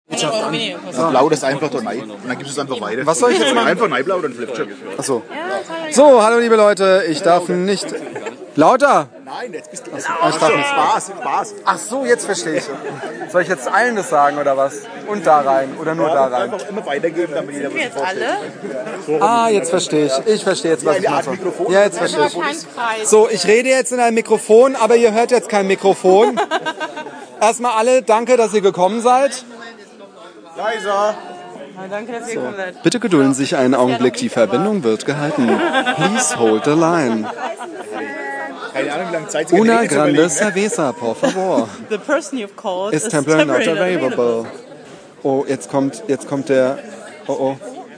Blau, das einfach dort rein. Und dann gibst du es einfach weiter. Was soll ich jetzt machen? Einfach rein blau, dann flippt schon. Achso. So, hallo liebe Leute, ich darf nicht... Lauter? Nein, jetzt bist du... Ich darf nicht. Spaß. Ach so, jetzt verstehe ich. Soll ich jetzt allen das sagen oder was? Und da rein oder nur da rein? Einfach immer weitergeben, damit jeder was vorstellt. Ah, jetzt verstehe ich. Ich verstehe jetzt, was ich mache. Ja, jetzt verstehe ich. So, ich rede jetzt in ein Mikrofon, aber ihr hört jetzt kein Mikrofon. Erstmal alle, danke, dass ihr gekommen seid. Leiser. Danke, dass ihr gekommen seid. Bitte gedulden Sie sich einen Augenblick, die Verbindung wird gehalten. Please hold the line. Keine Ahnung, wie lange Zeit sie Una grande cerveza, por favor. The person you've called Is temporarily not available. Oh, jetzt kommt der... Oh.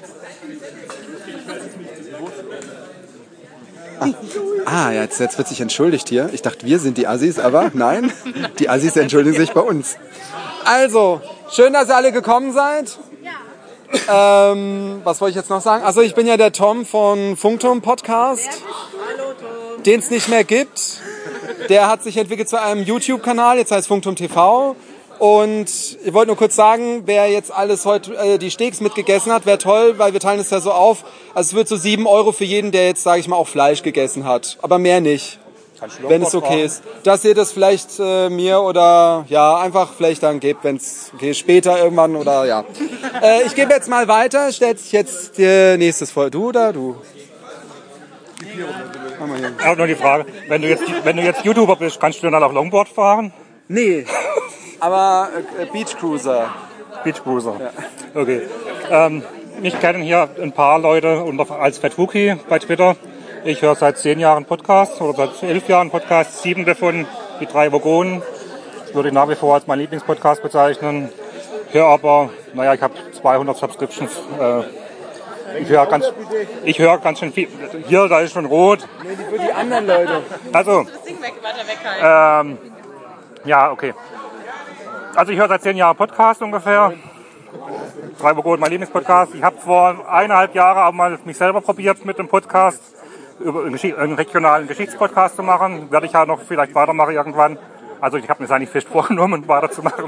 Ah, jetzt wird sich entschuldigt hier. Ich dachte, wir sind die Assis, aber nein, die Assis entschuldigen sich bei uns. Also, schön, dass ihr alle gekommen seid. Was wollte ich jetzt noch sagen? Also, ich bin ja der Tom von Funkturm Podcast, den es nicht mehr gibt. Der hat sich entwickelt zu einem YouTube-Kanal, jetzt heißt Funkturm TV. Und ich wollte nur kurz sagen, wer jetzt alles heute die Steaks mitgegessen hat, wäre toll, weil wir teilen es ja so auf. Also es wird so 7 € für jeden, der jetzt, sage ich mal, auch Fleisch gegessen hat. Aber mehr nicht, wenn es okay ist. Dass ihr das vielleicht mir oder ja einfach vielleicht dann gebt, wenn es okay ist, später irgendwann oder ja. Ich gebe jetzt mal weiter, stellt sich jetzt nächstes vor. Du oder du? Ich habe noch die Frage, wenn du jetzt YouTuber bist, kannst du dann auch Longboard fahren? Nee, aber Beach Cruiser. Beach Cruiser, Ja. Okay. Mich kennen hier ein paar Leute als Fatwookie bei Twitter. Ich höre seit 10 Jahren Podcasts oder seit 11 Jahren Podcasts, 7 davon, die 3 Vogonen. Das würde ich nach wie vor als mein Lieblingspodcast bezeichnen. Höre aber, ich habe 200 Subscriptions. Ich höre ganz schön viel. Hier, da ist schon rot. Nee, für die anderen Leute. Also, ja, okay. Also ich höre seit 10 Jahren Podcast ungefähr. 3 Vogonen, mein Lieblingspodcast. Ich habe vor 1,5 Jahren auch mal mich selber probiert mit dem Podcast, über einen regionalen Geschichtspodcast zu machen. Werde ich ja noch vielleicht weitermachen irgendwann. Also ich habe mir das eigentlich fest vorgenommen, weiterzumachen.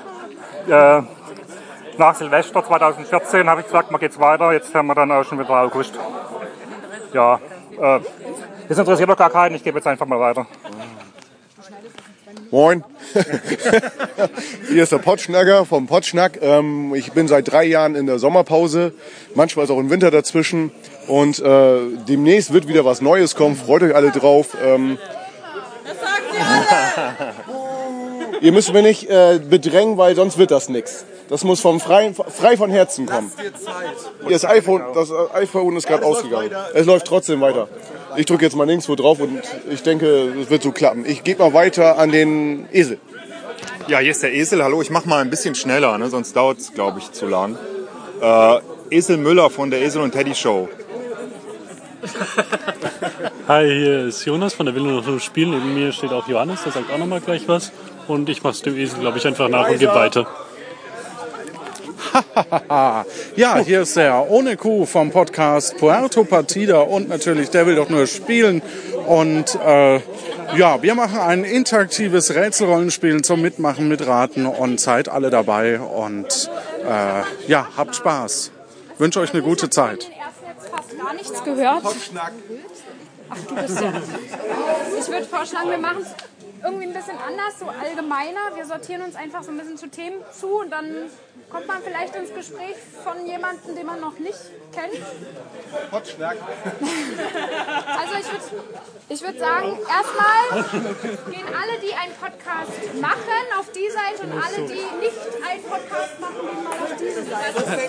Nach Silvester 2014 habe ich gesagt, man geht's weiter. Jetzt haben wir dann auch schon wieder August. Ja, das interessiert doch gar keinen. Ich gebe jetzt einfach mal weiter. Moin, hier ist der Potschnacker vom Potschnack. Ich bin seit 3 Jahren in der Sommerpause, manchmal ist auch ein Winter dazwischen und demnächst wird wieder was Neues kommen, freut euch alle drauf. Das sagen Sie alle! Ihr müsst mir nicht bedrängen, weil sonst wird das nichts. Das muss frei von Herzen kommen. Das iPhone ist gerade ausgegangen. Es läuft trotzdem weiter. Ich drücke jetzt mal nirgendwo drauf und ich denke, es wird so klappen. Ich gebe mal weiter an den Esel. Ja, hier ist der Esel. Hallo, ich mache mal ein bisschen schneller, ne? Sonst dauert es, glaube ich, zu lang. Esel Müller von der Esel und Teddy Show. Hi, hier ist Jonas von der Will nur noch spielen. Neben mir steht auch Johannes, der sagt auch nochmal gleich was. Und ich mache es dem Esel, glaube ich, einfach nach und gebe weiter. Ja, hier ist der Ohne Kuh vom Podcast Puerto Partida und natürlich Der will doch nur spielen. Und ja, wir machen ein interaktives Rätselrollenspiel zum Mitmachen, Mitraten und seid alle dabei. Und ja, habt Spaß. Wünsche euch eine gute Zeit. Ich habe fast gar nichts gehört. Ach, du bist ja. Ich würde vorschlagen, wir machen es irgendwie ein bisschen anders, so allgemeiner. Wir sortieren uns einfach so ein bisschen zu Themen zu und dann kommt man vielleicht ins Gespräch von jemandem, den man noch nicht kennt. Potschnack. Also ich würd sagen, erstmal gehen alle, die einen Podcast machen, auf die Seite und alle, die nicht einen Podcast machen, gehen mal auf diese Seite.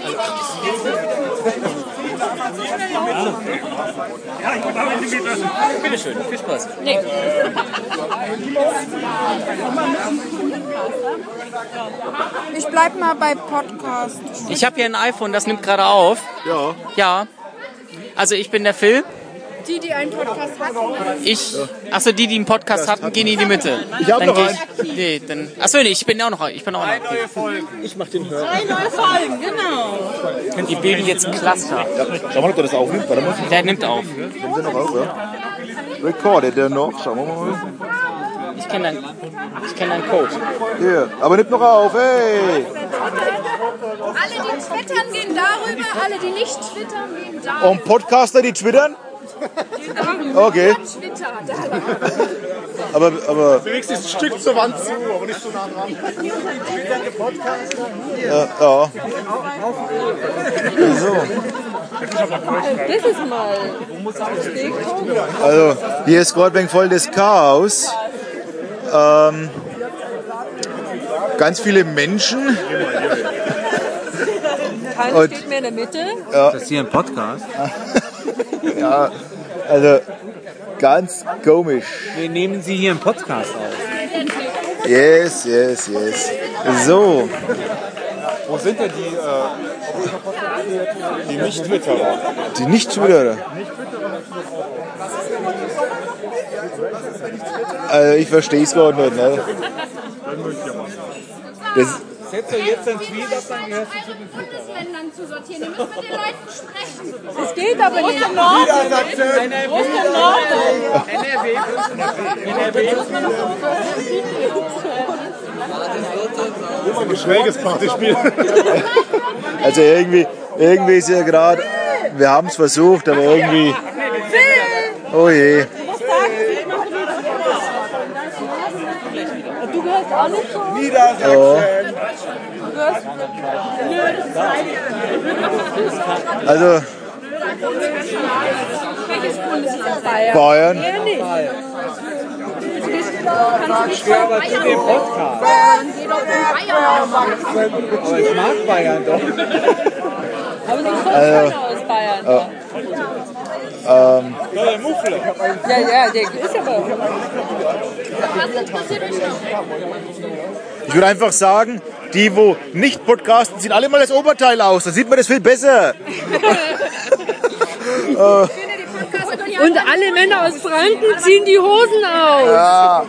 Ja, ich glaube, ich nehme das. Bitte schön, viel Spaß. Nee. Ich bleib mal bei Podcast. Ich habe hier ein iPhone, das nimmt gerade auf. Ja. Ja. Also ich bin der Phil. Die einen Podcast hatten. Achso, die einen Podcast hatten, gehen in die Mitte. Ich hab noch einen. Nee, dann. Achso, nee, ich bin auch noch aktiv. Ich mach den Hörer. 3 neue Folgen, genau. Die bilden jetzt Cluster. Schau mal, ob der das aufnimmt. Warte mal. Der nimmt auf. Nimmt der noch auf, ja? Recordet der noch? Schauen wir mal. Ich kenne deinen Code. Hier, aber nimmt noch auf, hey! Alle, die twittern, gehen darüber, alle, die nicht twittern, gehen darüber. Und Podcaster, die twittern? Okay. Aber Bewegst dich ein Stück zur Wand zu, aber nicht so nah dran. ja. So. Das ist mal. Also, hier ist gerade voll das Chaos. Ganz viele Menschen. Keiner steht mehr in der Mitte. Ja. Das ist hier ein Podcast. Ja, also ganz komisch. Wir nehmen Sie hier einen Podcast auf. Yes. So. Wo sind denn die Nicht-Twitterer? Die Nicht-Twitterer. Also ich verstehe es gar nicht. Ne? Setzt euch jetzt ein Tweet ab, dann gehört zu den Bundesländern zu sortieren. Ihr müsst mit den Leuten sprechen. Das geht aber nicht. Wo ist der Norden? Wo ist der Norden? Ein schräges Partyspiel. Also irgendwie ist ja gerade, wir haben es versucht, aber irgendwie, oh je. Du gehörst auch nicht so. Niedersachsen. Also Welches Bundesland? Bayern. aber zu dem Podcast. Geh doch in Bayern. Aber ich mag Bayern doch. Aber sie kommt keiner aus Bayern. Ja, der ist aber. Was interessiert euch noch? Ich würde einfach sagen, die, wo nicht podcasten, ziehen alle mal das Oberteil aus. Dann sieht man das viel besser. Und alle Männer aus Franken ziehen die Hosen aus. Ja.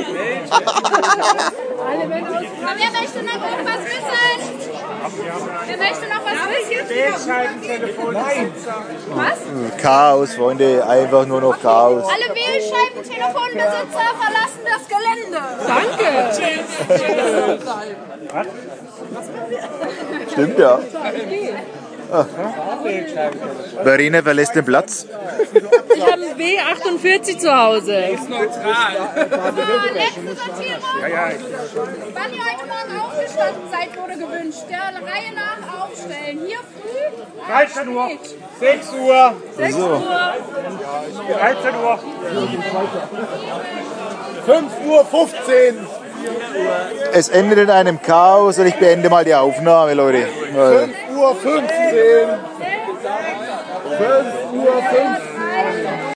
Alle Männer aus Franken. Wer möchte noch irgendwas wissen? Wer möchte noch was wissen? Was? Chaos, Freunde, einfach nur noch Chaos. Alle Wählscheibentelefonbesitzer verlassen das Gelände. Danke. Stimmt ja. Verena verlässt den Platz. Ich habe einen W48 zu Hause. Letzte Sortierung. Wann ihr heute Morgen aufgestanden seid, wurde gewünscht. Der Reihe nach aufstellen. Hier früh. 13 Uhr. 6 Uhr. 6 So. Uhr. 13 Uhr. 5:15 Uhr. Es endet in einem Chaos und ich beende mal die Aufnahme, Leute. 5:15 Uhr. 5:15 Uhr.